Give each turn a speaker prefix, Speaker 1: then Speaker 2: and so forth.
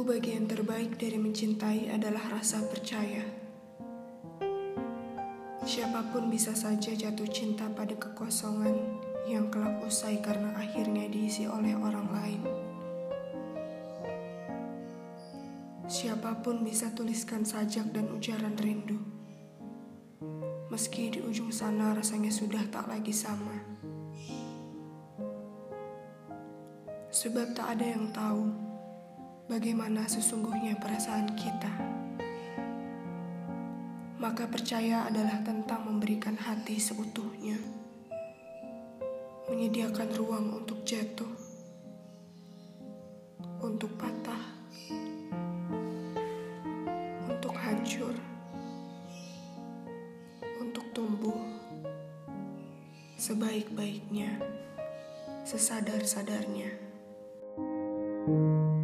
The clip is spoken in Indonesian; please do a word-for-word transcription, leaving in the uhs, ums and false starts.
Speaker 1: Menurutku bagian terbaik dari mencintai adalah rasa percaya. Siapapun bisa saja jatuh cinta pada kekosongan yang kelak usai karena akhirnya diisi oleh orang lain. Siapapun bisa tuliskan sajak dan ujaran rindu, meski di ujung sana rasanya sudah tak lagi sama. Sebab tak ada yang tahu bagaimana sesungguhnya perasaan kita. Maka percaya adalah tentang memberikan hati seutuhnya, menyediakan ruang untuk jatuh, untuk patah, untuk hancur, untuk tumbuh sebaik-baiknya, sesadar-sadarnya.